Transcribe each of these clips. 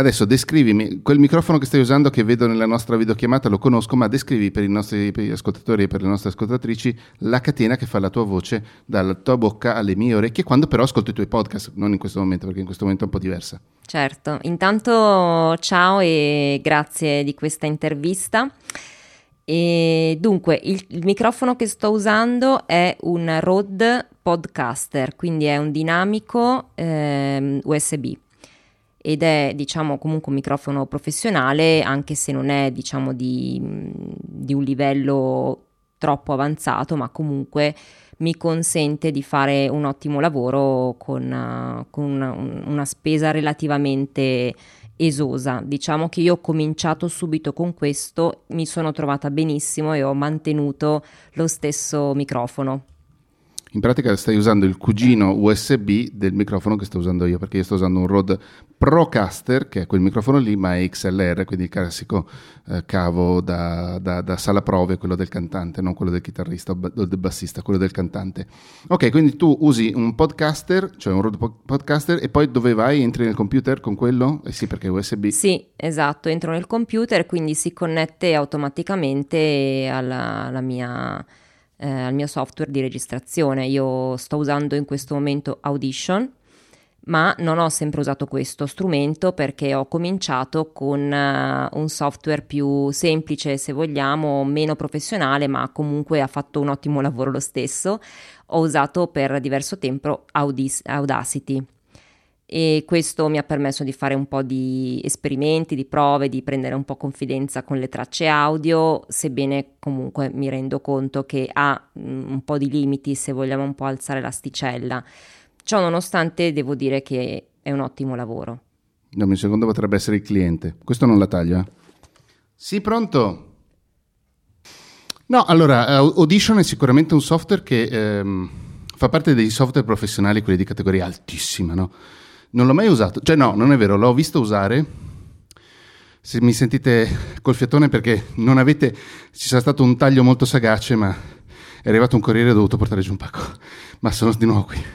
Adesso descrivimi, quel microfono che stai usando che vedo nella nostra videochiamata lo conosco, ma descrivi per per gli ascoltatori e per le nostre ascoltatrici la catena che fa la tua voce dalla tua bocca alle mie orecchie quando però ascolto i tuoi podcast, non in questo momento perché in questo momento è un po' diversa. Certo, intanto ciao e grazie di questa intervista. E dunque, il microfono che sto usando è un Rode Podcaster, quindi è un dinamico USB. Ed è, diciamo, comunque un microfono professionale, anche se non è, diciamo, di un livello troppo avanzato, ma comunque mi consente di fare un ottimo lavoro con una spesa relativamente esosa. Diciamo che io ho cominciato subito con questo, mi sono trovata benissimo e ho mantenuto lo stesso microfono. In pratica stai usando il cugino USB del microfono che sto usando io, perché io sto usando un Rode Procaster, che è quel microfono lì, ma è XLR, quindi il classico cavo da sala prove, quello del cantante, non quello del chitarrista o del bassista, quello del cantante. Ok, quindi tu usi un podcaster, cioè un Rode Podcaster, e poi dove vai? Entri nel computer con quello? Eh sì, perché è USB. Sì, esatto, entro nel computer, quindi si connette automaticamente al mio software di registrazione. Io sto usando in questo momento Audition, ma non ho sempre usato questo strumento perché ho cominciato con un software più semplice, se vogliamo, meno professionale, ma comunque ha fatto un ottimo lavoro lo stesso. Ho usato per diverso tempo Audacity. E questo mi ha permesso di fare un po' di esperimenti, di prove, di prendere un po' confidenza con le tracce audio, sebbene comunque mi rendo conto che ha un po' di limiti se vogliamo un po' alzare l'asticella. Ciò nonostante devo dire che è un ottimo lavoro. No, il secondo potrebbe essere il cliente. Questo non la taglio, eh? Sì, pronto? No, allora, Audition è sicuramente un software che fa parte dei software professionali, quelli di categoria altissima, no? Non l'ho mai usato, cioè no, non è vero, l'ho visto usare. Se mi sentite col fiatone perché non avete, ci sarà stato un taglio molto sagace, ma è arrivato un corriere e ho dovuto portare giù un pacco, ma sono di nuovo qui.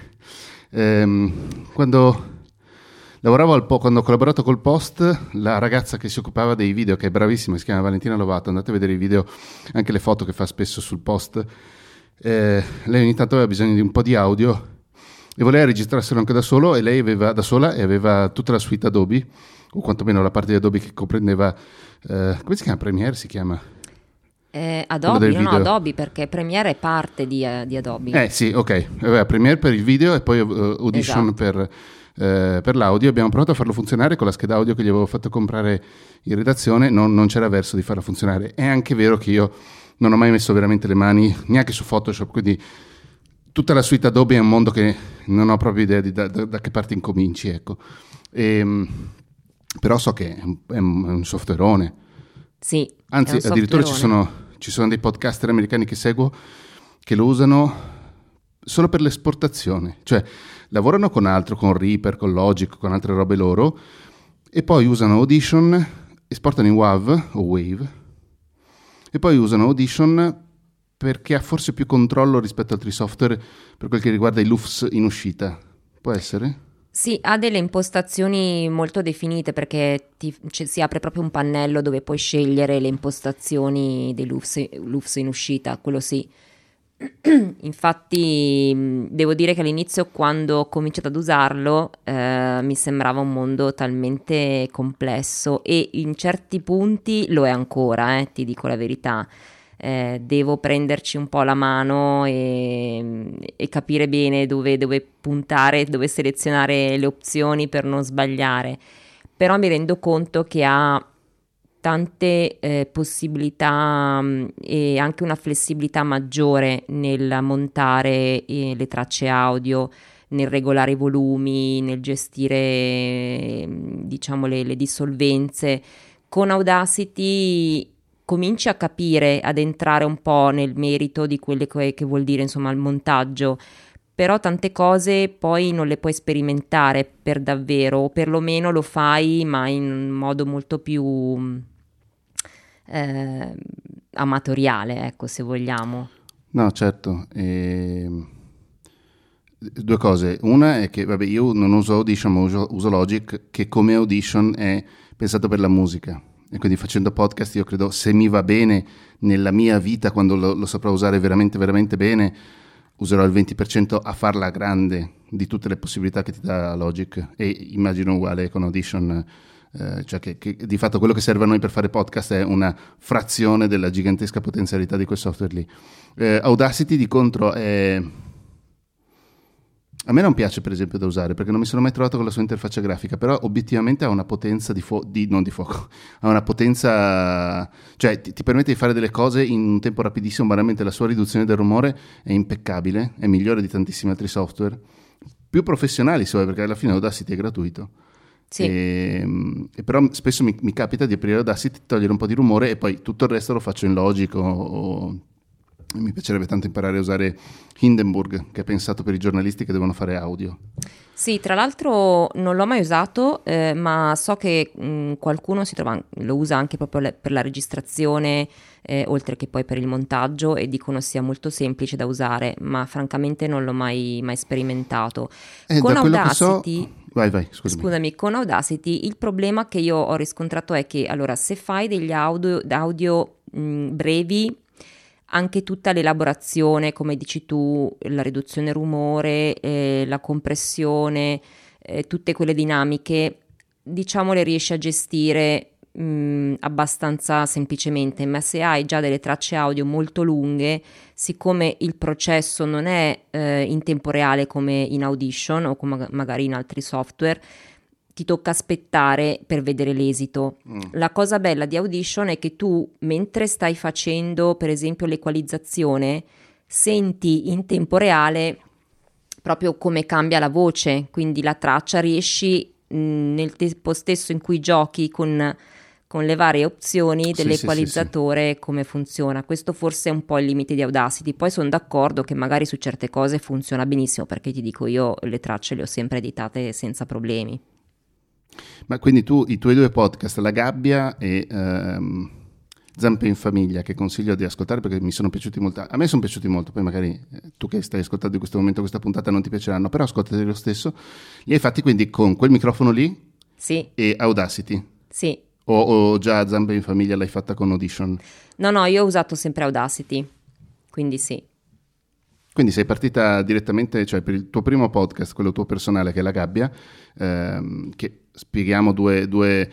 Quando quando ho collaborato col Post, la ragazza che si occupava dei video, che è bravissima, si chiama Valentina Lovato, andate a vedere i video, anche le foto che fa spesso sul Post, lei ogni tanto aveva bisogno di un po' di audio e voleva registrarselo anche da solo, e lei aveva da sola e aveva tutta la suite Adobe, o quantomeno la parte di Adobe che comprendeva, come si chiama? Premiere si chiama? Adobe, no, Adobe, perché Premiere è parte di Adobe. Sì, ok, aveva Premiere per il video e poi Audition Esatto. per l'audio. Abbiamo provato a farlo funzionare con la scheda audio che gli avevo fatto comprare in redazione, non c'era verso di farla funzionare. È anche vero che io non ho mai messo veramente le mani neanche su Photoshop, quindi tutta la suite Adobe è un mondo che non ho proprio idea di da che parte incominci, ecco. Però so che è un softwareone. Sì, Anzi, addirittura ci sono dei podcaster americani che seguo che lo usano solo per l'esportazione, cioè lavorano con altro, con Reaper, con Logic, con altre robe loro, e poi usano Audition, esportano in WAV o Wave, e poi usano Audition perché ha forse più controllo rispetto ad altri software per quel che riguarda i LUFS in uscita. Può essere? sì, ha delle impostazioni molto definite perché si apre proprio un pannello dove puoi scegliere le impostazioni dei LUFS in uscita, quello sì. Infatti devo dire che all'inizio, quando ho cominciato ad usarlo, mi sembrava un mondo talmente complesso, e in certi punti lo è ancora, ti dico la verità. Devo prenderci un po' la mano e capire bene dove puntare, dove selezionare le opzioni per non sbagliare. Però mi rendo conto che ha tante possibilità, e anche una flessibilità maggiore nel montare le tracce audio, nel regolare i volumi, nel gestire diciamo le dissolvenze. Con Audacity cominci a capire, ad entrare un po' nel merito di quelle che vuol dire insomma il montaggio, però tante cose poi non le puoi sperimentare per davvero, o perlomeno lo fai ma in un modo molto più amatoriale, ecco, se vogliamo. No, certo. due cose. Una è che, vabbè, io non uso Audition, ma uso Logic, che come Audition è pensato per la musica. E quindi facendo podcast io credo, se mi va bene nella mia vita, quando lo saprò usare veramente, veramente bene, userò il 20% a farla grande di tutte le possibilità che ti dà Logic. E immagino uguale con Audition, cioè che di fatto quello che serve a noi per fare podcast è una frazione della gigantesca potenzialità di quel software lì. Audacity di contro è... A me non piace per esempio da usare perché non mi sono mai trovato con la sua interfaccia grafica, però obiettivamente ha una potenza non di fuoco, ha una potenza, cioè ti permette di fare delle cose in un tempo rapidissimo, veramente la sua riduzione del rumore è impeccabile, è migliore di tantissimi altri software, più professionali se vuoi, perché alla fine Audacity è gratuito. Sì. E però spesso mi capita di aprire Audacity, togliere un po' di rumore e poi tutto il resto lo faccio in Logic o mi piacerebbe tanto imparare a usare Hindenburg, che è pensato per i giornalisti che devono fare audio. Sì, tra l'altro non l'ho mai usato, ma so che qualcuno lo usa anche proprio per la registrazione, oltre che poi per il montaggio, e dicono sia molto semplice da usare, ma francamente non l'ho mai sperimentato. Con Audacity, vai, scusami, con Audacity il problema che io ho riscontrato è che, allora, se fai degli audio brevi, anche tutta l'elaborazione, come dici tu, la riduzione rumore, la compressione, tutte quelle dinamiche, diciamo le riesci a gestire abbastanza semplicemente, ma se hai già delle tracce audio molto lunghe, siccome il processo non è in tempo reale come in Audition o come magari in altri software, ti tocca aspettare per vedere l'esito. La cosa bella di Audition è che tu, mentre stai facendo per esempio l'equalizzazione, senti in tempo reale proprio come cambia la voce, quindi la traccia riesci nel tempo stesso in cui giochi con le varie opzioni dell'equalizzatore sì. Come funziona. Questo forse è un po' il limite di Audacity. Poi sono d'accordo che magari su certe cose funziona benissimo, perché ti dico, io le tracce le ho sempre editate senza problemi. Ma quindi tu, i tuoi due podcast, La Gabbia e Zampe in Famiglia, che consiglio di ascoltare perché mi sono piaciuti molto. A me sono piaciuti molto, poi magari tu che stai ascoltando in questo momento questa puntata non ti piaceranno, però ascoltati lo stesso. Li hai fatti quindi con quel microfono lì? Sì. E Audacity? Sì. O già Zampe in Famiglia l'hai fatta con Audition? No, io ho usato sempre Audacity, quindi sì. Quindi sei partita direttamente, cioè per il tuo primo podcast, quello tuo personale che è La Gabbia, che spieghiamo due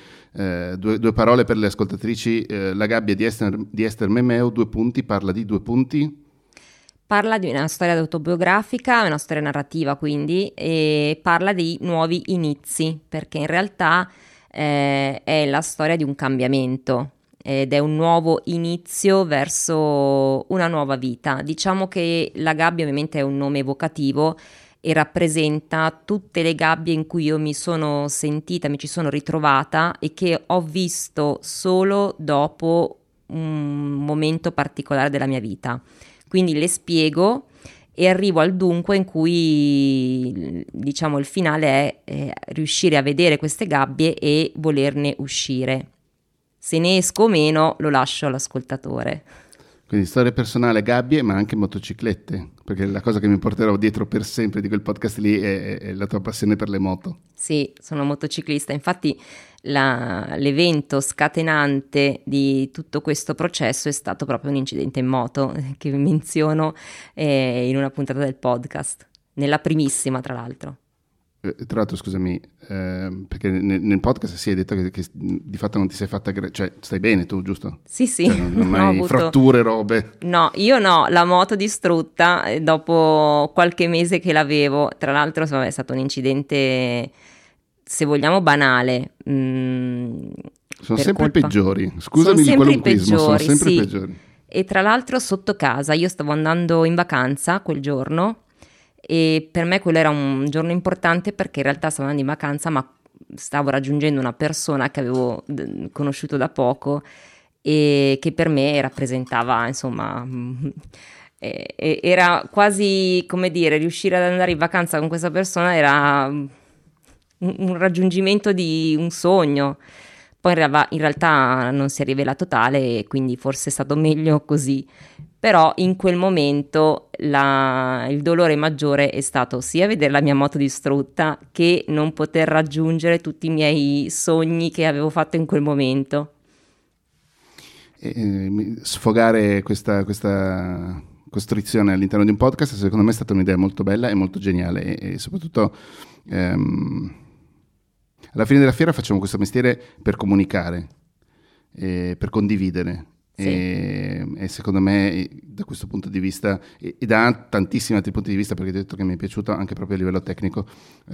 parole per le ascoltatrici. La Gabbia di Esther Memeo, parla di due punti. Parla di una storia autobiografica, una storia narrativa quindi, e parla di nuovi inizi, perché in realtà è la storia di un cambiamento. Ed è un nuovo inizio verso una nuova vita. Diciamo che La Gabbia ovviamente è un nome evocativo e rappresenta tutte le gabbie in cui io mi sono sentita, mi ci sono ritrovata e che ho visto solo dopo un momento particolare della mia vita. Quindi le spiego e arrivo al dunque in cui, diciamo, il finale è riuscire a vedere queste gabbie e volerne uscire. Se ne esco o meno lo lascio all'ascoltatore. Quindi storia personale, gabbie, ma anche motociclette, perché la cosa che mi porterò dietro per sempre di quel podcast lì è la tua passione per le moto. Sì, sono motociclista, infatti l'evento scatenante di tutto questo processo è stato proprio un incidente in moto, che menziono in una puntata del podcast, nella primissima tra l'altro. Tra l'altro, scusami, perché nel podcast si è detto che di fatto non ti sei fatta, cioè stai bene tu, giusto? Sì, cioè, non hai avuto fratture, robe? No, io no, la moto distrutta dopo qualche mese che l'avevo. Tra l'altro, è stato un incidente, se vogliamo, banale. Sono sempre i peggiori, scusami il qualunquismo, sono sempre i peggiori. E tra l'altro sotto casa, io stavo andando in vacanza quel giorno, e per me quello era un giorno importante perché in realtà stavo andando in vacanza, ma stavo raggiungendo una persona che avevo conosciuto da poco e che per me rappresentava, insomma, era quasi, come dire, riuscire ad andare in vacanza con questa persona era un raggiungimento di un sogno. Poi in realtà non si è rivelato tale e quindi forse è stato meglio così. però in quel momento il dolore maggiore è stato sia vedere la mia moto distrutta che non poter raggiungere tutti i miei sogni che avevo fatto in quel momento. Sfogare questa costrizione all'interno di un podcast secondo me è stata un'idea molto bella e molto geniale, e soprattutto alla fine della fiera facciamo questo mestiere per comunicare, per condividere. Sì. E secondo me da questo punto di vista e da tantissimi altri punti di vista, perché ti ho detto che mi è piaciuto anche proprio a livello tecnico,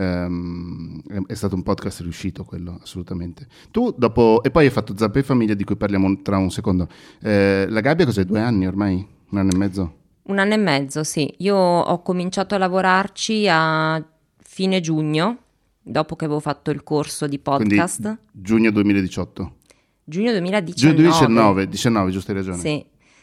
è stato un podcast riuscito quello, assolutamente. Tu dopo, e poi hai fatto Zampe e Famiglia, di cui parliamo tra un secondo. La Gabbia cos'è, 2 anni ormai? 1 anno e mezzo? 1 anno e mezzo, sì. Io ho cominciato a lavorarci a fine giugno, dopo che avevo fatto il corso di podcast. Quindi giugno 2018. Giugno 2019. Giugno 2019, giusto, hai ragione. Sì.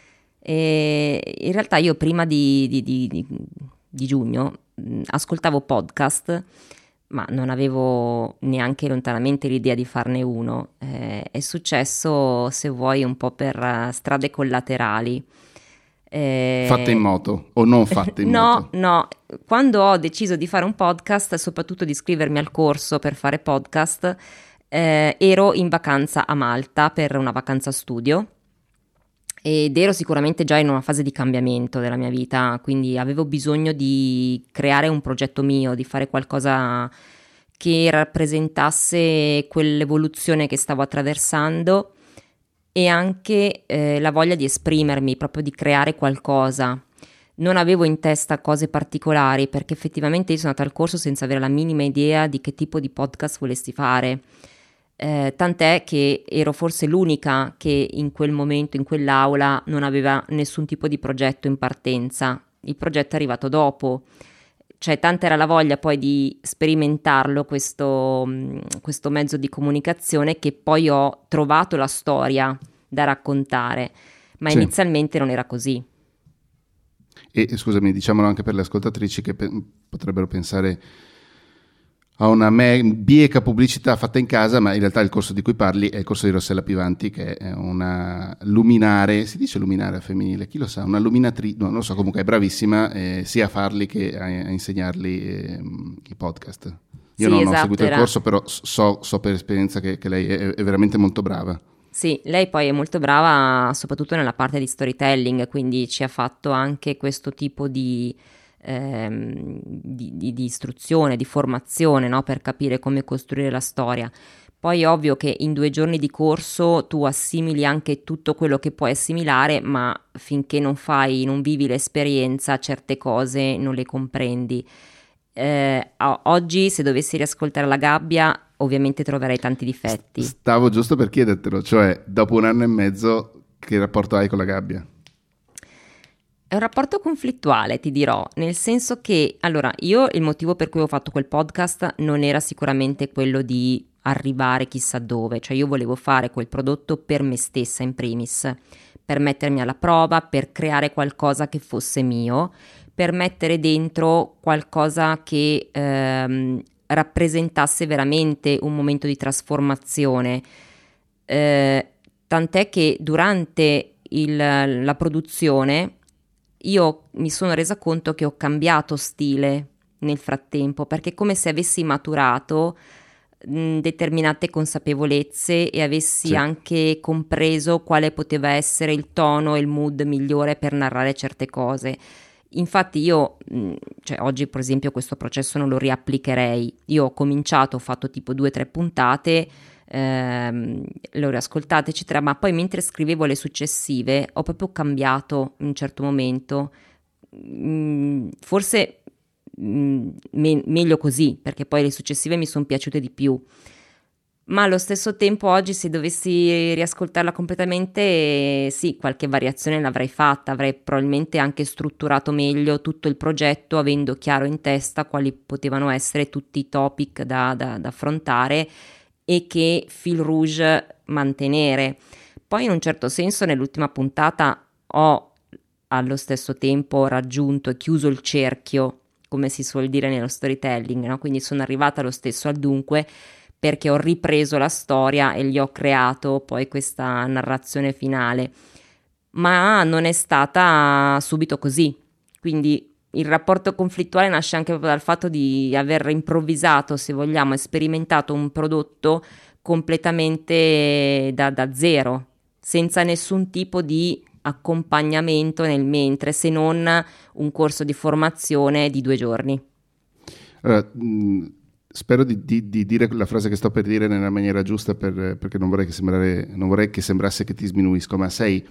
E in realtà io prima di giugno ascoltavo podcast, ma non avevo neanche lontanamente l'idea di farne uno. È successo, se vuoi, un po' per strade collaterali. Fatte in moto o non fatte in moto? No, quando ho deciso di fare un podcast, soprattutto di iscrivermi al corso per fare podcast, ero in vacanza a Malta per una vacanza studio ed ero sicuramente già in una fase di cambiamento della mia vita, quindi avevo bisogno di creare un progetto mio, di fare qualcosa che rappresentasse quell'evoluzione che stavo attraversando e anche la voglia di esprimermi, proprio di creare qualcosa. Non avevo in testa cose particolari, perché effettivamente io sono andata al corso senza avere la minima idea di che tipo di podcast volessi fare. Tant'è che ero forse l'unica che in quel momento, in quell'aula, non aveva nessun tipo di progetto in partenza. Il progetto è arrivato dopo, cioè tanta era la voglia poi di sperimentarlo questo mezzo di comunicazione, che poi ho trovato la storia da raccontare, ma sì. Inizialmente non era così. E scusami, diciamolo anche per le ascoltatrici che potrebbero pensare a una bieca pubblicità fatta in casa, ma in realtà il corso di cui parli è il corso di Rossella Pivanti, che è una luminare, si dice luminare a femminile, chi lo sa, una luminatrice, no, non lo so, comunque è bravissima sia a farli che a insegnarli i podcast. Io non ho seguito il corso, però so per esperienza che lei è veramente molto brava. Sì, lei poi è molto brava soprattutto nella parte di storytelling, quindi ci ha fatto anche questo tipo di istruzione, di formazione, no? Per capire come costruire la storia. Poi è ovvio che in 2 giorni di corso tu assimili anche tutto quello che puoi assimilare, ma finché non vivi l'esperienza, certe cose non le comprendi. Oggi, se dovessi riascoltare La Gabbia, ovviamente troverei tanti difetti. Stavo giusto per chiedertelo, cioè dopo 1 anno e mezzo che rapporto hai con La Gabbia? È un rapporto conflittuale, ti dirò, nel senso che, allora, io il motivo per cui ho fatto quel podcast non era sicuramente quello di arrivare chissà dove, cioè io volevo fare quel prodotto per me stessa in primis, per mettermi alla prova, per creare qualcosa che fosse mio, per mettere dentro qualcosa che rappresentasse veramente un momento di trasformazione, tant'è che durante la produzione io mi sono resa conto che ho cambiato stile nel frattempo, perché è come se avessi maturato determinate consapevolezze e avessi anche compreso quale poteva essere il tono e il mood migliore per narrare certe cose. Infatti io, cioè oggi per esempio questo processo non lo riapplicherei. Io ho cominciato, ho fatto tipo 2-3 puntate, le ho riascoltate eccetera, ma poi mentre scrivevo le successive ho proprio cambiato in un certo momento, forse meglio così, perché poi le successive mi sono piaciute di più, ma allo stesso tempo oggi se dovessi riascoltarla completamente, sì, qualche variazione l'avrei fatta, avrei probabilmente anche strutturato meglio tutto il progetto, avendo chiaro in testa quali potevano essere tutti i topic da affrontare e che fil rouge mantenere. Poi in un certo senso nell'ultima puntata ho allo stesso tempo raggiunto e chiuso il cerchio, come si suol dire nello storytelling, no? Quindi sono arrivata lo stesso al dunque, perché ho ripreso la storia e gli ho creato poi questa narrazione finale. ma non è stata subito così. Quindi il rapporto conflittuale nasce anche proprio dal fatto di aver improvvisato, se vogliamo, e sperimentato un prodotto completamente da zero, senza nessun tipo di accompagnamento nel mentre, se non un corso di formazione di 2 giorni. Allora, spero di dire la frase che sto per dire nella maniera giusta perché non vorrei che sembrasse che ti sminuisco, ma sei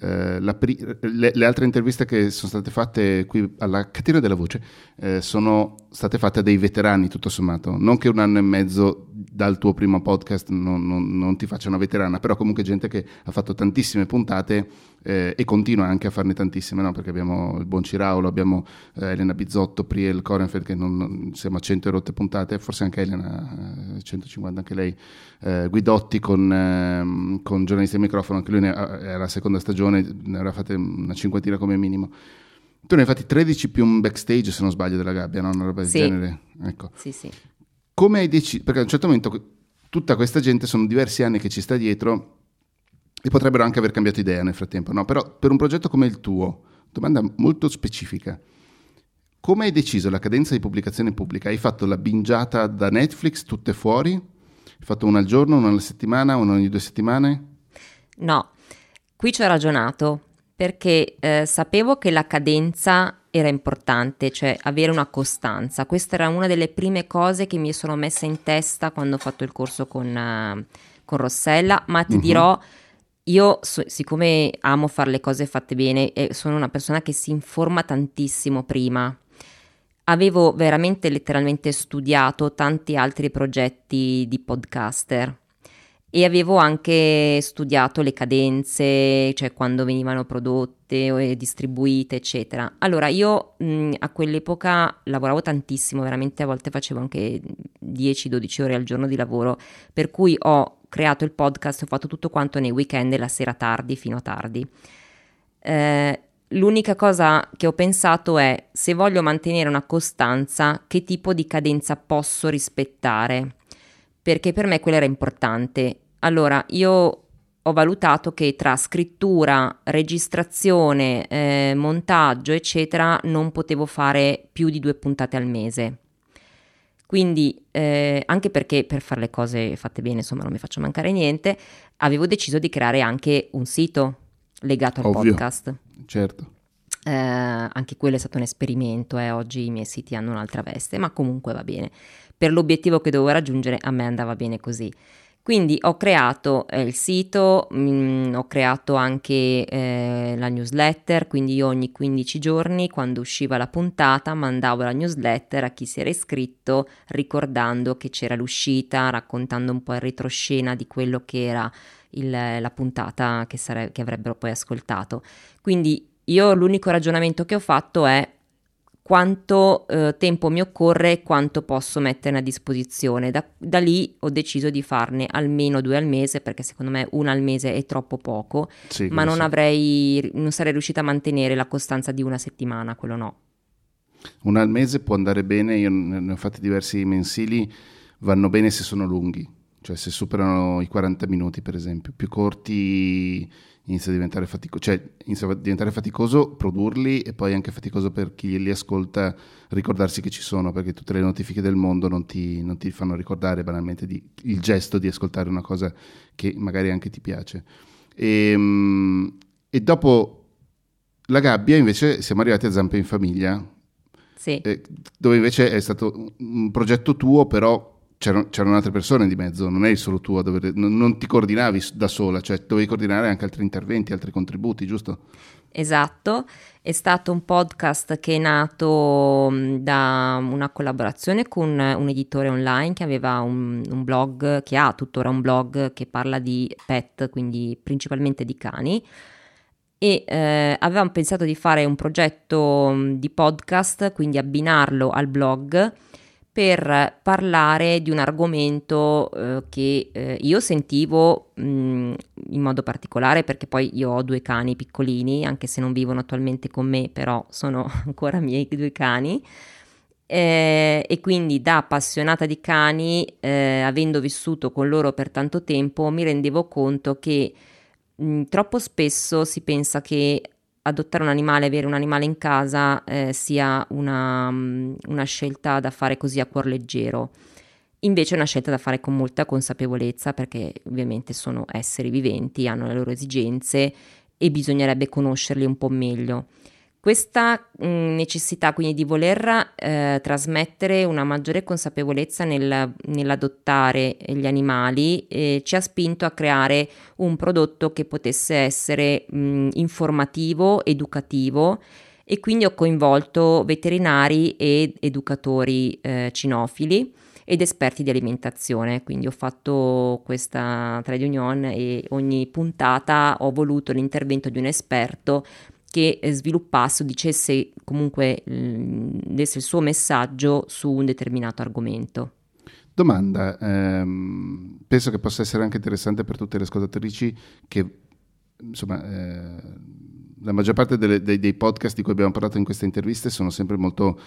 le altre interviste che sono state fatte qui alla Catena della Voce sono state fatte a dei veterani tutto sommato, non che 1 anno e mezzo dal tuo primo podcast non ti faccia una veterana, però comunque gente che ha fatto tantissime puntate e continua anche a farne tantissime, no? Perché abbiamo il buon Ciraulo, abbiamo Elena Bizzotto, Priel, Korenfeld, che siamo a 100 e rotte puntate, forse anche Elena, 150 anche lei, Guidotti con Giornalisti al microfono, anche lui è alla seconda stagione, ne avrà fatte una cinquantina come minimo. Tu ne hai fatti 13 più un backstage, se non sbaglio, della gabbia, no? Una roba del genere. Ecco. Sì, sì. Come hai deciso? Perché a un certo momento tutta questa gente, sono diversi anni che ci sta dietro e potrebbero anche aver cambiato idea nel frattempo, no? Però per un progetto come il tuo, domanda molto specifica, come hai deciso la cadenza di pubblicazione pubblica? Hai fatto la bingiata da Netflix, tutte fuori? Hai fatto una al giorno, una alla settimana, una ogni 2 settimane? No, qui ci ho ragionato perché sapevo che la cadenza era importante, cioè avere una costanza. Questa era una delle prime cose che mi sono messa in testa quando ho fatto il corso con Rossella, ma ti dirò, io siccome amo fare le cose fatte bene e sono una persona che si informa tantissimo prima, avevo veramente letteralmente studiato tanti altri progetti di podcaster. E avevo anche studiato le cadenze, cioè quando venivano prodotte o distribuite, eccetera. Allora io a quell'epoca lavoravo tantissimo, veramente a volte facevo anche 10-12 ore al giorno di lavoro, per cui ho creato il podcast, ho fatto tutto quanto nei weekend e la sera tardi, fino a tardi. L'unica cosa che ho pensato è, se voglio mantenere una costanza, che tipo di cadenza posso rispettare? Perché per me quella era importante. Allora, io ho valutato che tra scrittura, registrazione, montaggio, eccetera, non potevo fare più di 2 puntate al mese. Quindi, anche perché per fare le cose fatte bene, insomma, non mi faccio mancare niente, avevo deciso di creare anche un sito legato al podcast. Certo. Anche quello è stato un esperimento, oggi i miei siti hanno un'altra veste, ma comunque va bene. Per l'obiettivo che dovevo raggiungere a me andava bene così. Quindi ho creato il sito, ho creato anche la newsletter, quindi io ogni 15 giorni quando usciva la puntata mandavo la newsletter a chi si era iscritto ricordando che c'era l'uscita, raccontando un po' il retroscena di quello che era la puntata che avrebbero poi ascoltato. Quindi io l'unico ragionamento che ho fatto è quanto tempo mi occorre e quanto posso mettere a disposizione. Da lì ho deciso di farne almeno 2 al mese, perché secondo me 1 al mese è troppo poco, Sì, ma non sì. sarei riuscita a mantenere la costanza di 1 settimana, quello no. 1 al mese può andare bene, io ne ho fatti diversi mensili, vanno bene se sono lunghi, cioè se superano i 40 minuti per esempio, più corti inizia a diventare faticoso produrli e poi anche faticoso per chi li ascolta ricordarsi che ci sono, perché tutte le notifiche del mondo non ti fanno ricordare banalmente il gesto di ascoltare una cosa che magari anche ti piace. E dopo la gabbia invece siamo arrivati a Zampe in famiglia, Sì. dove invece è stato un progetto tuo, però c'erano altre persone di mezzo, non eri solo tu a non ti coordinavi da sola, cioè dovevi coordinare anche altri interventi, altri contributi, giusto? Esatto, è stato un podcast che è nato da una collaborazione con un editore online che aveva un blog, che ha tuttora un blog che parla di pet, quindi principalmente di cani, e avevamo pensato di fare un progetto di podcast, quindi abbinarlo al blog per parlare di un argomento che io sentivo in modo particolare, perché poi io ho 2 cani piccolini, anche se non vivono attualmente con me, però sono ancora miei 2 cani. E quindi da appassionata di cani, avendo vissuto con loro per tanto tempo, mi rendevo conto che troppo spesso si pensa che adottare un animale, avere un animale in casa sia una scelta da fare così a cuor leggero. Invece è una scelta da fare con molta consapevolezza, perché ovviamente sono esseri viventi, hanno le loro esigenze e bisognerebbe conoscerli un po' meglio. Questa necessità quindi di voler trasmettere una maggiore consapevolezza nell'adottare gli animali ci ha spinto a creare un prodotto che potesse essere informativo, educativo, e quindi ho coinvolto veterinari ed educatori cinofili ed esperti di alimentazione. Quindi ho fatto questa trade union e ogni puntata ho voluto l'intervento di un esperto che sviluppasse o dicesse comunque, desse il suo messaggio su un determinato argomento. Domanda, penso che possa essere anche interessante per tutte le ascoltatrici che, insomma, la maggior parte dei podcast di cui abbiamo parlato in queste interviste sono sempre molto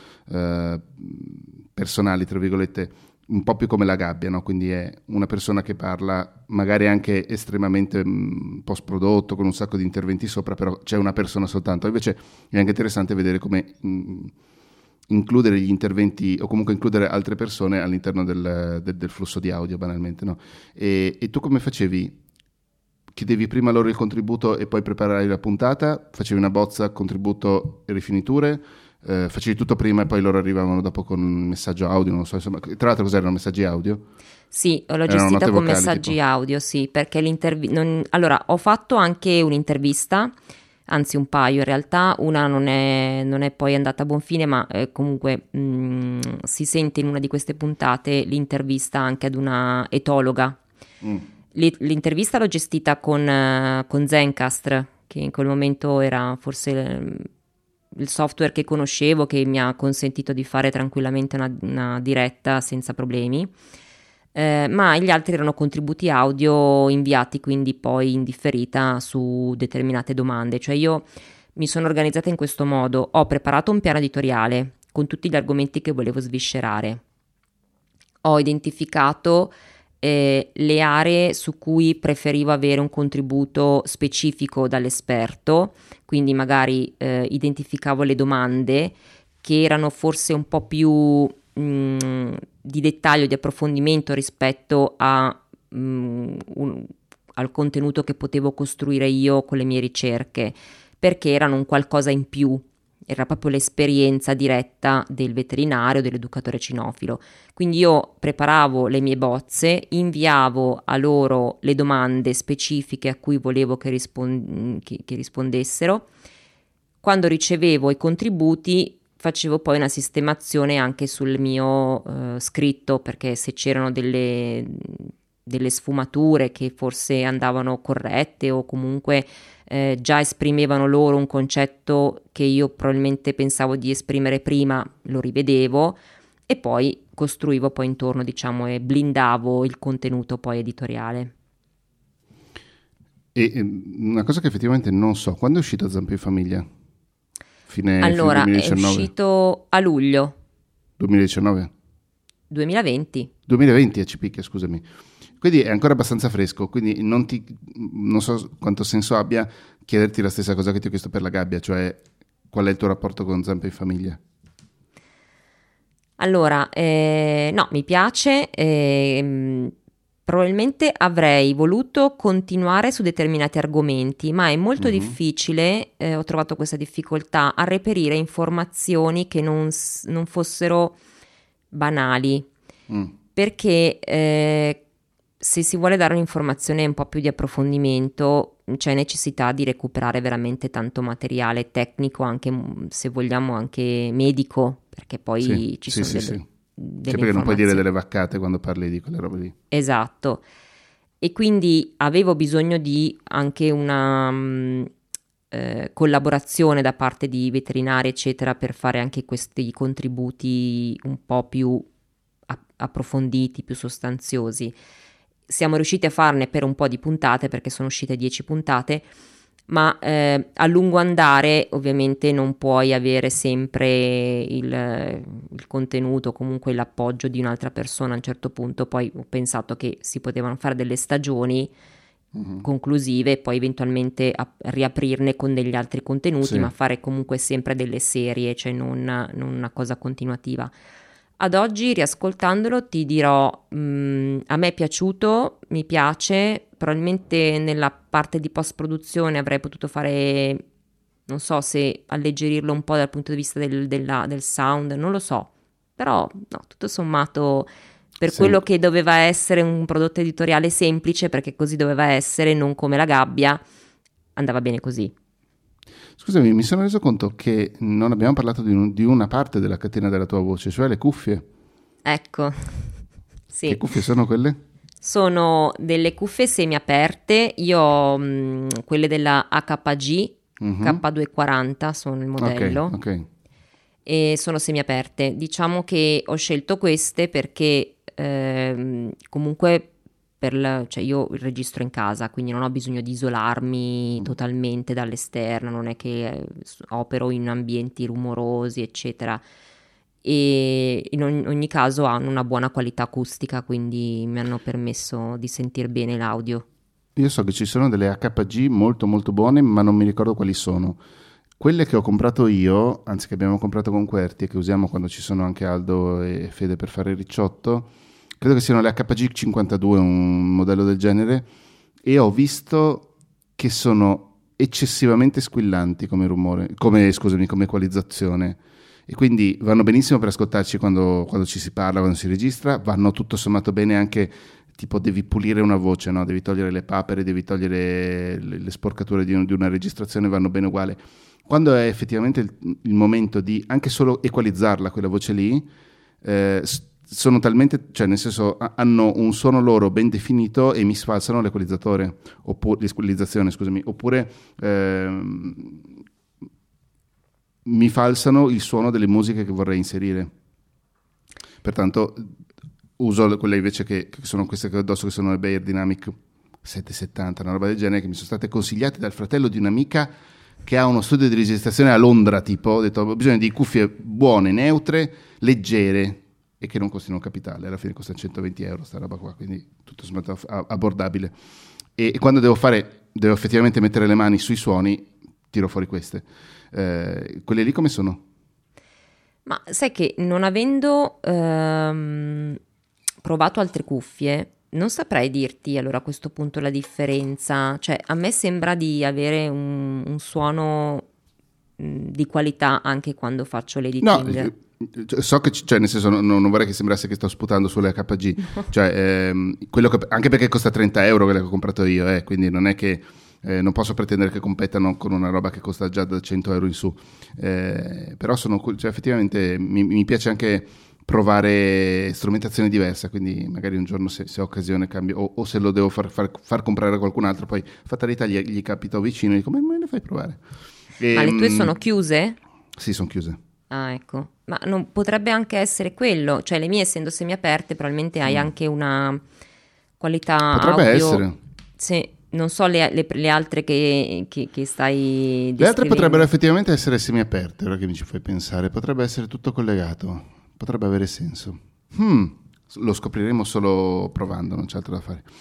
personali, tra virgolette, un po' più come la gabbia, no? Quindi è una persona che parla magari anche estremamente post-prodotto, con un sacco di interventi sopra, però c'è una persona soltanto. Invece è anche interessante vedere come includere gli interventi o comunque includere altre persone all'interno del flusso di audio, banalmente, no? E tu come facevi? Chiedevi prima loro il contributo e poi preparavi la puntata? Facevi una bozza, contributo e rifiniture? Facevi tutto prima e poi loro arrivavano dopo con un messaggio audio, non so, insomma. Tra l'altro cos'erano messaggi audio? Sì, l'ho gestita con vocali, messaggi tipo. audio, sì, perché allora ho fatto anche un'intervista, anzi un paio in realtà, una non è poi andata a buon fine, ma comunque si sente in una di queste puntate l'intervista anche ad una etologa. L'intervista l'ho gestita con Zencastr, che in quel momento era forse il software che conoscevo, che mi ha consentito di fare tranquillamente una diretta senza problemi, ma gli altri erano contributi audio inviati quindi poi in differita su determinate domande. Cioè io mi sono organizzata in questo modo: ho preparato un piano editoriale con tutti gli argomenti che volevo sviscerare, ho identificato le aree su cui preferivo avere un contributo specifico dall'esperto, quindi magari identificavo le domande che erano forse un po' più di dettaglio, di approfondimento rispetto al contenuto che potevo costruire io con le mie ricerche, perché erano un qualcosa in più. Era proprio l'esperienza diretta del veterinario, dell'educatore cinofilo. Quindi io preparavo le mie bozze, inviavo a loro le domande specifiche a cui volevo che rispondessero. Quando ricevevo i contributi facevo poi una sistemazione anche sul mio scritto, perché se c'erano delle sfumature che forse andavano corrette o comunque già esprimevano loro un concetto che io probabilmente pensavo di esprimere prima, lo rivedevo e poi costruivo poi intorno, diciamo, e blindavo il contenuto poi editoriale. E una cosa che effettivamente non so, quando è uscito Zampe in Famiglia? Fine 2019? È uscito a luglio 2019? 2020. 2020 ci picchia, scusami. Quindi è ancora abbastanza fresco, quindi non so quanto senso abbia chiederti la stessa cosa che ti ho chiesto per la gabbia, cioè qual è il tuo rapporto con Zampe in Famiglia? Allora, no, mi piace, probabilmente avrei voluto continuare su determinati argomenti, ma è molto difficile, ho trovato questa difficoltà a reperire informazioni che non fossero banali, perché se si vuole dare un'informazione un po' più di approfondimento c'è necessità di recuperare veramente tanto materiale tecnico, anche se vogliamo anche medico, perché poi ci sono delle cioè, perché non puoi dire delle vaccate quando parli di quelle robe lì. Esatto, e quindi avevo bisogno di anche una collaborazione da parte di veterinari eccetera, per fare anche questi contributi un po' più approfonditi, più sostanziosi. Siamo riusciti a farne per un po' di puntate, perché sono uscite 10 puntate, ma a lungo andare ovviamente non puoi avere sempre il contenuto, comunque l'appoggio di un'altra persona. A un certo punto poi ho pensato che si potevano fare delle stagioni conclusive, poi eventualmente riaprirne con degli altri contenuti, Sì. ma fare comunque sempre delle serie, cioè non una cosa continuativa. Ad oggi, riascoltandolo, ti dirò, a me è piaciuto, mi piace, probabilmente nella parte di post-produzione avrei potuto fare, non so se alleggerirlo un po' dal punto di vista del sound, non lo so, però no, tutto sommato per Sì. quello che doveva essere un prodotto editoriale semplice, perché così doveva essere, non come La Gabbia, andava bene così. Scusami, mi sono reso conto che non abbiamo parlato di una parte della catena della tua voce, cioè le cuffie. Ecco, Che sì. cuffie sono quelle? Sono delle cuffie semiaperte, io ho quelle della HPG, Mhm. K240 sono il Ok, modello, ok. e sono semiaperte. Diciamo che ho scelto queste perché comunque cioè io registro in casa, quindi non ho bisogno di isolarmi totalmente dall'esterno, non è che opero in ambienti rumorosi, eccetera. E in ogni caso hanno una buona qualità acustica, quindi mi hanno permesso di sentire bene l'audio. Io so che ci sono delle HG molto molto buone, ma non mi ricordo quali sono. Quelle che ho comprato io, anzi che abbiamo comprato con Querti e che usiamo quando ci sono anche Aldo e Fede per fare il ricciotto, credo che siano le HG 52, un modello del genere, e ho visto che sono eccessivamente squillanti come rumore, scusami, come equalizzazione. E quindi vanno benissimo per ascoltarci quando ci si parla, quando si registra, vanno tutto sommato bene anche, tipo devi pulire una voce, no? Devi togliere le papere, devi togliere le sporcature di una registrazione, vanno bene uguale. Quando è effettivamente il momento di anche solo equalizzarla, quella voce lì, sono talmente, cioè nel senso hanno un suono loro ben definito e mi sfalsano l'equalizzatore, oppure l'equalizzazione, scusami, oppure mi falsano il suono delle musiche che vorrei inserire. Pertanto uso quelle invece che sono queste che ho addosso, che sono le Beyer Dynamic 770, una roba del genere, che mi sono state consigliate dal fratello di un'amica che ha uno studio di registrazione a Londra, tipo, ho detto ho bisogno di cuffie buone, neutre, leggere e che non costino un capitale, alla fine costa 120 euro sta roba qua, quindi tutto sommato abbordabile. E quando devo effettivamente mettere le mani sui suoni, tiro fuori queste. Quelle lì come sono? Ma sai che non avendo provato altre cuffie, non saprei dirti allora a questo punto la differenza. Cioè, a me sembra di avere un suono di qualità anche quando faccio No, l'editing. so che, cioè, nel senso, non vorrei che sembrasse che sto sputando sulle HG, cioè, quello anche perché costa 30 euro quella che ho comprato io, quindi non è che non posso pretendere che competano con una roba che costa già da 100 euro in su, però cioè, effettivamente mi piace anche provare strumentazione diversa, quindi magari un giorno se ho occasione cambio, o se lo devo far comprare a qualcun altro, poi fatalità gli capito vicino e dico ma me ne fai provare? Ma le tue sono Ehm, chiuse? sì, sono chiuse. Ah, ecco. Ma non potrebbe anche essere quello, cioè le mie essendo semiaperte probabilmente hai anche una qualità Potrebbe audio, essere. se non so le altre che stai Le altre potrebbero descrivendo. effettivamente essere semiaperte, ora che mi ci fai pensare, potrebbe essere tutto collegato, potrebbe avere senso. Lo scopriremo solo provando, non c'è altro da fare.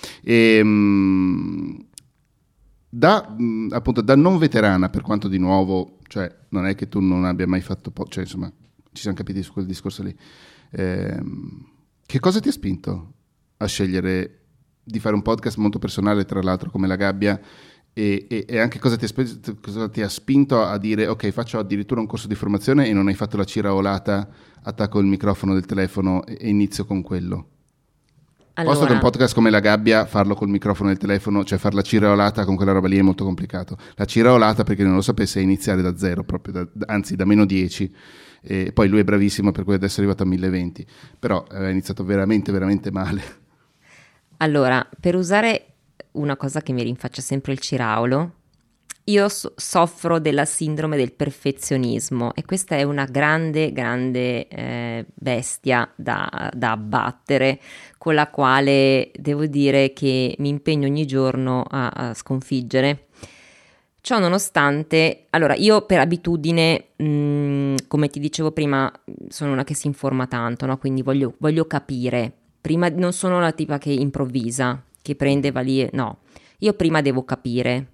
Appunto, da non veterana, per quanto di nuovo, cioè non è che tu non abbia mai fatto, cioè insomma, ci siamo capiti su quel discorso lì. Che cosa ti ha spinto a scegliere di fare un podcast molto personale, tra l'altro, come La Gabbia? E anche cosa ti ha spinto a dire ok, faccio addirittura un corso di formazione e non hai fatto la ciraolata, attacco il microfono del telefono e inizio con quello? Posto che un Allora, podcast come La Gabbia, farlo col microfono del telefono, cioè far la cireolata con quella roba lì è molto complicato. La cireolata, perché non lo sapesse, è iniziare da zero, proprio anzi da meno 10. E poi lui è bravissimo per cui adesso è arrivato a 1020, però è iniziato veramente, veramente male. allora, per usare una cosa che mi rinfaccia sempre il Ciraulo, io soffro della sindrome del perfezionismo e questa è una grande, grande bestia da abbattere, con la quale devo dire che mi impegno ogni giorno a sconfiggere. Ciò nonostante, allora io per abitudine, come ti dicevo prima, sono una che si informa tanto, no? Quindi voglio capire. Prima non sono la tipa che improvvisa, che prende, va lì, no. io prima devo capire.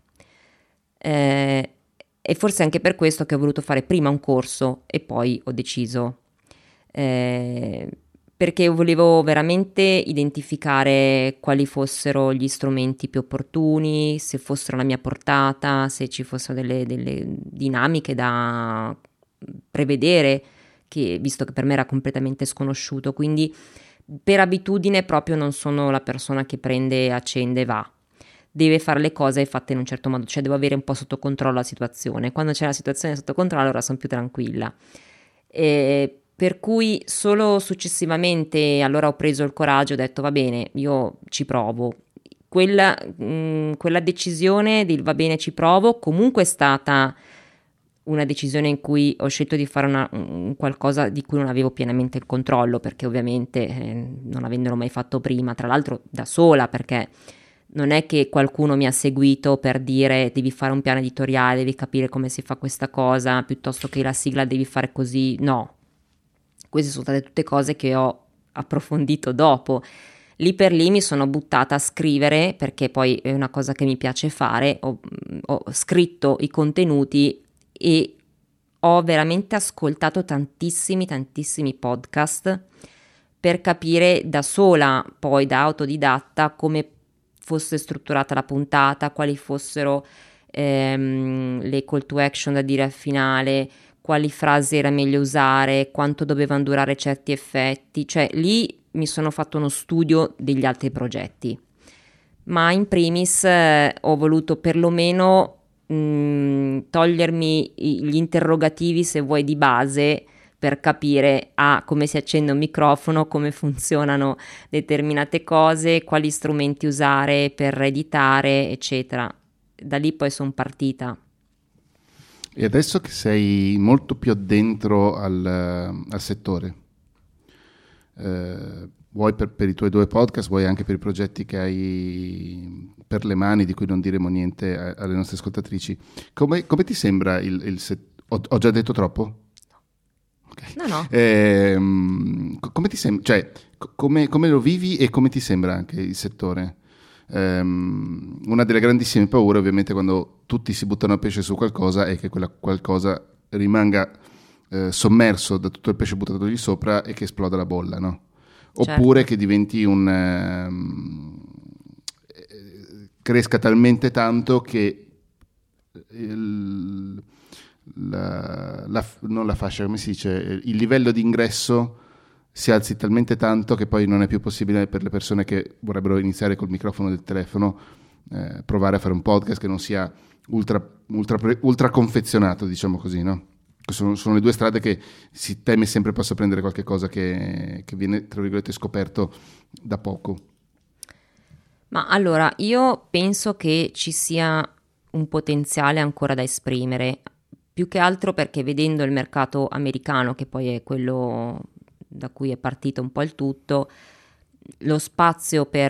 E forse anche per questo che ho voluto fare prima un corso e poi ho deciso, perché volevo veramente identificare quali fossero gli strumenti più opportuni, se fossero alla mia portata, se ci fossero delle dinamiche da prevedere, visto che per me era completamente sconosciuto. Quindi per abitudine proprio non sono la persona che prende, accende e va. Deve fare le cose fatte in un certo modo, cioè devo avere un po' sotto controllo la situazione. Quando c'è la situazione sotto controllo, allora sono più tranquilla. Per cui solo successivamente allora ho preso il coraggio, ho detto va bene, io ci provo. Quella decisione di va bene, ci provo, comunque è stata una decisione in cui ho scelto di fare un qualcosa di cui non avevo pienamente il controllo, perché ovviamente non avendolo mai fatto prima, tra l'altro da sola, perché non è che qualcuno mi ha seguito per dire devi fare un piano editoriale, devi capire come si fa questa cosa, piuttosto che la sigla devi fare così. No, queste sono state tutte cose che ho approfondito dopo. Lì per lì mi sono buttata a scrivere, perché poi è una cosa che mi piace fare. Ho scritto i contenuti e ho veramente ascoltato tantissimi podcast per capire da sola, poi da autodidatta, come fosse strutturata la puntata, quali fossero le call to action da dire al finale, quali frasi era meglio usare, quanto dovevano durare certi effetti. Cioè lì mi sono fatto uno studio degli altri progetti, ma in primis ho voluto perlomeno togliermi gli interrogativi, se vuoi, di base, per capire come si accende un microfono, come funzionano determinate cose, quali strumenti usare per editare, eccetera. Da lì poi sono partita. E adesso che sei molto più addentro al settore, vuoi per i tuoi 2 podcast, vuoi anche per i progetti che hai per le mani, di cui non diremo niente alle nostre ascoltatrici, come ti sembra il settore? Ho già detto troppo? Okay. No. Come ti sembra, cioè, come lo vivi e come ti sembra anche il settore? Una delle grandissime paure, ovviamente, quando tutti si buttano a pesce su qualcosa, è che quella qualcosa rimanga sommerso da tutto il pesce buttato sopra e che esploda la bolla, no? Oppure che diventi cresca talmente tanto che non la fascia, come si dice, il livello di ingresso si alzi talmente tanto che poi non è più possibile per le persone che vorrebbero iniziare col microfono del telefono provare a fare un podcast che non sia ultra confezionato, diciamo così, no? Sono le 2 strade che si teme sempre possa prendere qualche cosa che viene, tra virgolette, scoperto da poco. Ma allora, io penso che ci sia un potenziale ancora da esprimere, più che altro perché vedendo il mercato americano, che poi è quello da cui è partito un po' il tutto, lo spazio per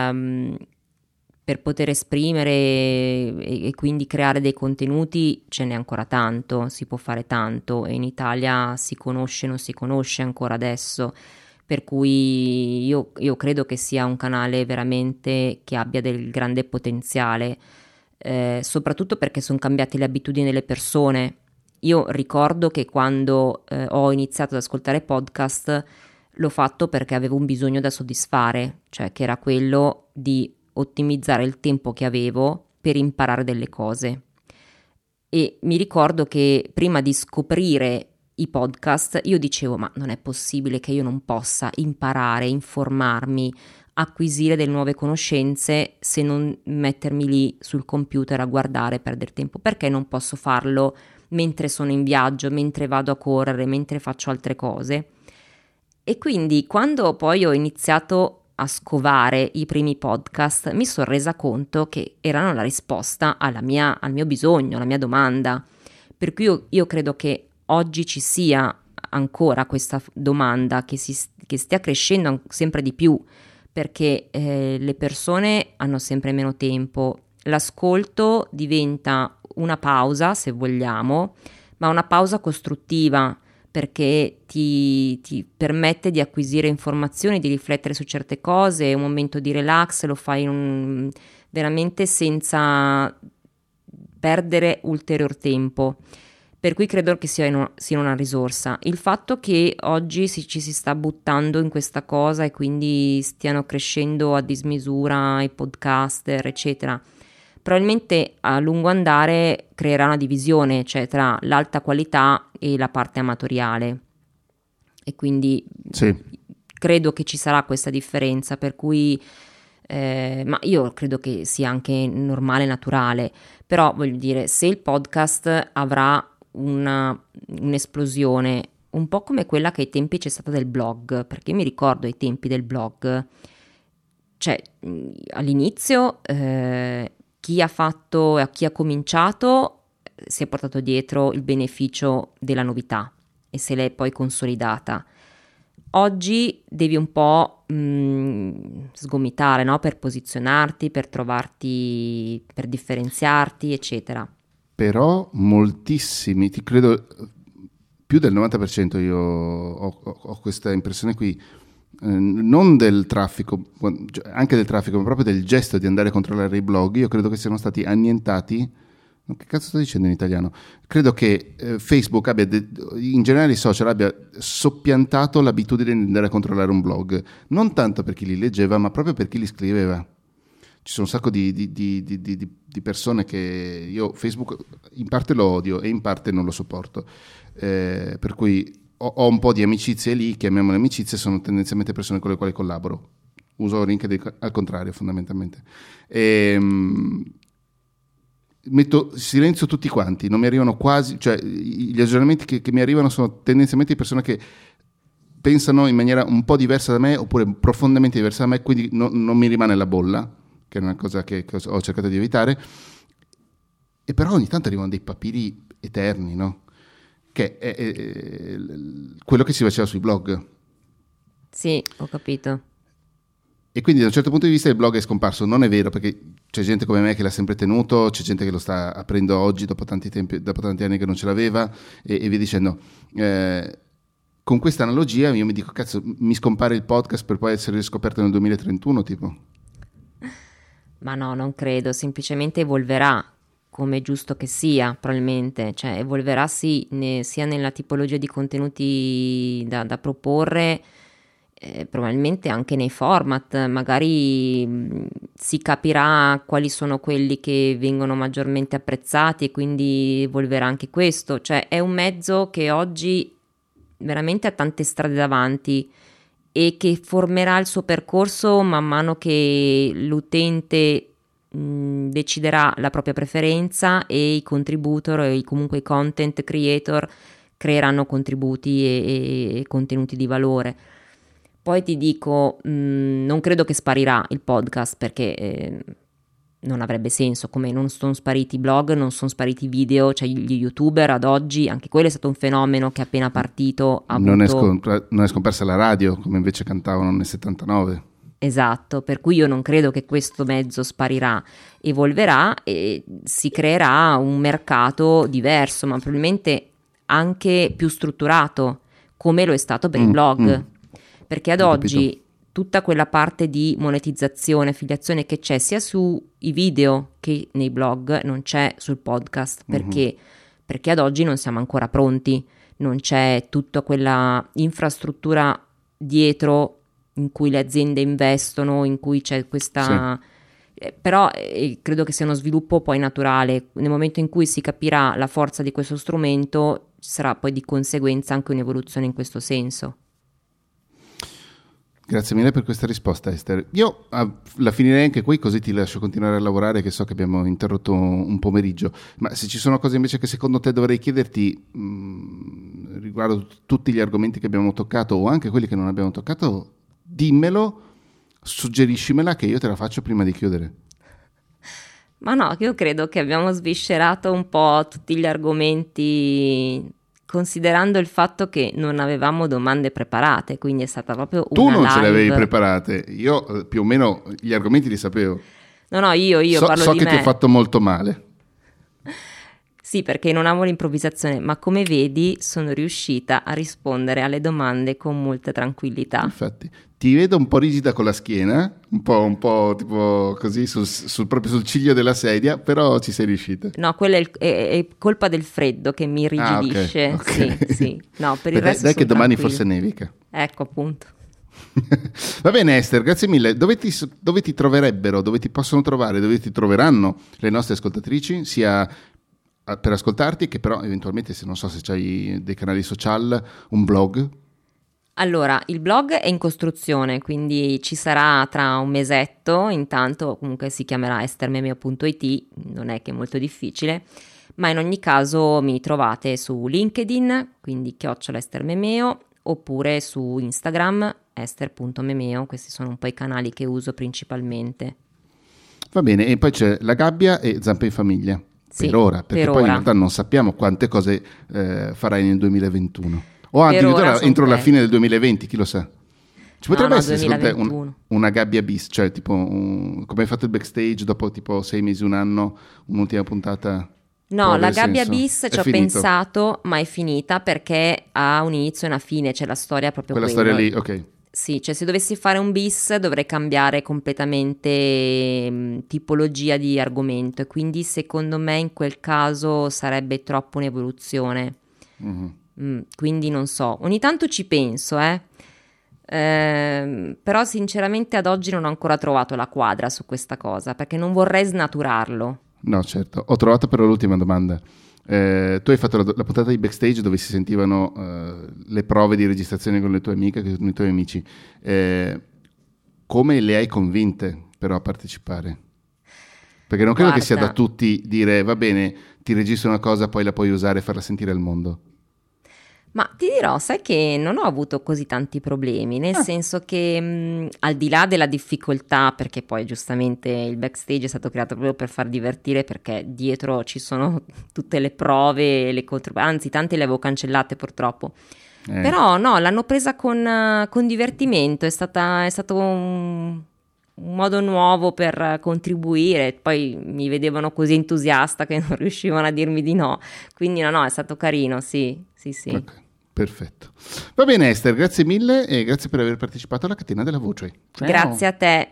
poter esprimere e quindi creare dei contenuti ce n'è ancora tanto, si può fare tanto, e in Italia si conosce, non si conosce ancora adesso, per cui io credo che sia un canale veramente che abbia del grande potenziale, soprattutto perché sono cambiate le abitudini delle persone. Io ricordo che quando ho iniziato ad ascoltare podcast l'ho fatto perché avevo un bisogno da soddisfare, cioè che era quello di ottimizzare il tempo che avevo per imparare delle cose. E mi ricordo che prima di scoprire i podcast io dicevo: ma non è possibile che io non possa imparare, informarmi, acquisire delle nuove conoscenze se non mettermi lì sul computer a guardare e perdere tempo. Perché non posso farlo mentre sono in viaggio, mentre vado a correre, mentre faccio altre cose? E quindi quando poi ho iniziato a scovare i primi podcast mi sono resa conto che erano la risposta al mio bisogno, alla mia domanda. Per cui io credo che oggi ci sia ancora questa domanda che stia crescendo sempre di più, perché le persone hanno sempre meno tempo, l'ascolto diventa una pausa, se vogliamo, ma una pausa costruttiva, perché ti permette di acquisire informazioni, di riflettere su certe cose, è un momento di relax, lo fai veramente senza perdere ulterior tempo. Per cui credo che sia una risorsa. Il fatto che oggi ci si sta buttando in questa cosa e quindi stiano crescendo a dismisura i podcaster, eccetera, probabilmente a lungo andare creerà una divisione, cioè tra l'alta qualità e la parte amatoriale. E quindi Sì. credo che ci sarà questa differenza, per cui ma io credo che sia anche normale e naturale. Però voglio dire, se il podcast avrà un'esplosione un po' come quella che ai tempi c'è stata del blog, perché io mi ricordo ai tempi del blog, cioè all'inizio chi ha cominciato si è portato dietro il beneficio della novità e se l'è poi consolidata. Oggi devi un po' sgomitare, no? Per posizionarti, per trovarti, per differenziarti, eccetera. Però moltissimi, ti credo più del 90% io ho questa impressione qui, non del traffico, anche del traffico, ma proprio del gesto di andare a controllare i blog. Io credo che siano stati annientati. Che cazzo sto dicendo in italiano? Credo che Facebook abbia, in generale i social, abbia soppiantato l'abitudine di andare a controllare un blog, non tanto per chi li leggeva, ma proprio per chi li scriveva. Ci sono un sacco di persone che io Facebook in parte lo odio e in parte non lo sopporto, per cui ho un po' di amicizie lì, chiamiamole amicizie, sono tendenzialmente persone con le quali collaboro. Uso LinkedIn al contrario, fondamentalmente. Metto silenzio tutti quanti, non mi arrivano quasi, cioè gli aggiornamenti che mi arrivano sono tendenzialmente di persone che pensano in maniera un po' diversa da me oppure profondamente diversa da me, quindi non mi rimane la bolla, che è una cosa che ho cercato di evitare. E però ogni tanto arrivano dei papiri eterni, no? Che è quello che si faceva sui blog. Sì, ho capito. E quindi da un certo punto di vista il blog è scomparso. Non è vero, perché c'è gente come me che l'ha sempre tenuto, c'è gente che lo sta aprendo oggi dopo tanti anni che non ce l'aveva e via dicendo. Con questa analogia io mi dico, cazzo, mi scompare il podcast per poi essere riscoperto nel 2031, tipo? Ma no, non credo, semplicemente evolverà, come è giusto che sia, probabilmente, cioè evolverà sì, sia nella tipologia di contenuti da proporre, probabilmente anche nei format, magari si capirà quali sono quelli che vengono maggiormente apprezzati e quindi evolverà anche questo, cioè è un mezzo che oggi veramente ha tante strade davanti e che formerà il suo percorso man mano che l'utente deciderà la propria preferenza e i contributor e comunque i content creator creeranno contributi e contenuti di valore. Poi ti dico, non credo che sparirà il podcast perché non avrebbe senso, come non sono spariti i blog, non sono spariti i video, cioè gli youtuber ad oggi, anche quello è stato un fenomeno che appena partito ha non avuto... è scomparsa la radio, come invece cantavano nel 79. Esatto, per cui io non credo che questo mezzo sparirà, evolverà e si creerà un mercato diverso, ma probabilmente anche più strutturato, come lo è stato per i blog, perché ad oggi tutta quella parte di monetizzazione, affiliazione che c'è sia sui video che nei blog non c'è sul podcast, perché ad oggi non siamo ancora pronti, non c'è tutta quella infrastruttura dietro in cui le aziende investono, in cui c'è questa... Sì. Però credo che sia uno sviluppo poi naturale. Nel momento in cui si capirà la forza di questo strumento, ci sarà poi di conseguenza anche un'evoluzione in questo senso. Grazie mille per questa risposta, Esther. Io la finirei anche qui, così ti lascio continuare a lavorare, che so che abbiamo interrotto un pomeriggio. Ma se ci sono cose invece che secondo te dovrei chiederti riguardo tutti gli argomenti che abbiamo toccato o anche quelli che non abbiamo toccato, dimmelo, suggeriscimela che io te la faccio prima di chiudere. Ma no, io credo che abbiamo sviscerato un po' tutti gli argomenti, considerando il fatto che non avevamo domande preparate, quindi è stata proprio una live. Tu non live. Ce le avevi preparate, io più o meno gli argomenti li sapevo. No, io parlo so di che me. Ti ho fatto molto male. Sì, perché non amo l'improvvisazione, ma come vedi sono riuscita a rispondere alle domande con molta tranquillità. Infatti, Ti vedo un po' rigida con la schiena, un po' tipo così proprio sul ciglio della sedia, però ci sei riuscita. No, quella è colpa del freddo che mi irrigidisce. Ok. Sì. No, per il resto dai che sono domani tranquilla. forse nevica. Ecco, appunto. Va bene Esther, grazie mille. Dove ti troverebbero, dove ti possono trovare, dove ti troveranno le nostre ascoltatrici, sia per ascoltarti che però eventualmente, se non so se c'hai dei canali social, un blog? Allora, il blog è in costruzione, quindi ci sarà tra un mesetto, intanto comunque si chiamerà estermemeo.it, non è che è molto difficile, ma in ogni caso mi trovate su LinkedIn, quindi @estermemeo, oppure su Instagram ester.memeo, questi sono un po' i canali che uso principalmente. Va bene, e poi c'è La Gabbia e Zampe in Famiglia, Sì, per ora, perché per poi in ora. realtà non sappiamo quante cose farai nel 2021. O addirittura ora entro son la fine del 2020, chi lo sa. Ci potrebbe No, essere secondo te 2021. una gabbia bis, cioè tipo come hai fatto il backstage dopo tipo 6 mesi, un anno, un'ultima puntata? No, Può la avere gabbia senso? bis È ci ho finito. pensato, ma è finita perché ha un inizio e una fine, c'è la storia è proprio Quella quello. storia lì, ok. Sì, cioè se dovessi fare un bis dovrei cambiare completamente tipologia di argomento e quindi secondo me in quel caso sarebbe troppo un'evoluzione. Quindi non so, ogni tanto ci penso, però sinceramente ad oggi non ho ancora trovato la quadra su questa cosa perché non vorrei snaturarlo. No, certo. Ho trovato però l'ultima domanda. Tu hai fatto la puntata di backstage dove si sentivano le prove di registrazione con le tue amiche, con i tuoi amici. Come le hai convinte però a partecipare? Perché non credo che sia da Guarda, tutti dire va bene, ti registro una cosa, poi la puoi usare e farla sentire al mondo. ma ti dirò, sai che non ho avuto così tanti problemi, nel senso che al di là della difficoltà, perché poi giustamente il backstage è stato creato proprio per far divertire, perché dietro ci sono tutte le prove, anzi tante le avevo cancellate purtroppo. Però no, l'hanno presa con divertimento, è stato un modo nuovo per contribuire, poi mi vedevano così entusiasta che non riuscivano a dirmi di no, quindi no, è stato carino, sì. Ok, perfetto. Va bene Esther, grazie mille e grazie per aver partecipato alla catena della voce. Ciao. Grazie a te.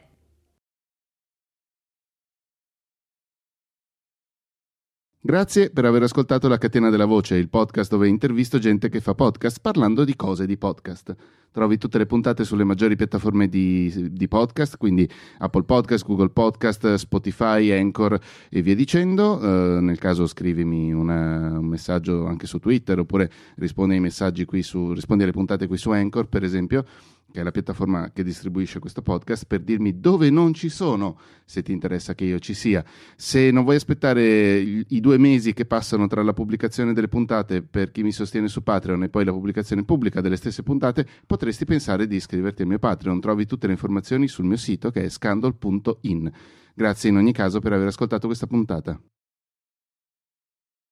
Grazie per aver ascoltato La Catena della Voce, il podcast dove intervisto gente che fa podcast parlando di cose di podcast. Trovi tutte le puntate sulle maggiori piattaforme di podcast, quindi Apple Podcast, Google Podcast, Spotify, Anchor e via dicendo. Nel caso scrivimi un messaggio anche su Twitter oppure rispondi ai messaggi rispondi alle puntate qui su Anchor, per esempio, che è la piattaforma che distribuisce questo podcast, per dirmi dove non ci sono, se ti interessa che io ci sia. Se non vuoi aspettare i 2 mesi che passano tra la pubblicazione delle puntate per chi mi sostiene su Patreon e poi la pubblicazione pubblica delle stesse puntate, potresti pensare di iscriverti al mio Patreon. Trovi tutte le informazioni sul mio sito che è scandal.in. Grazie in ogni caso per aver ascoltato questa puntata.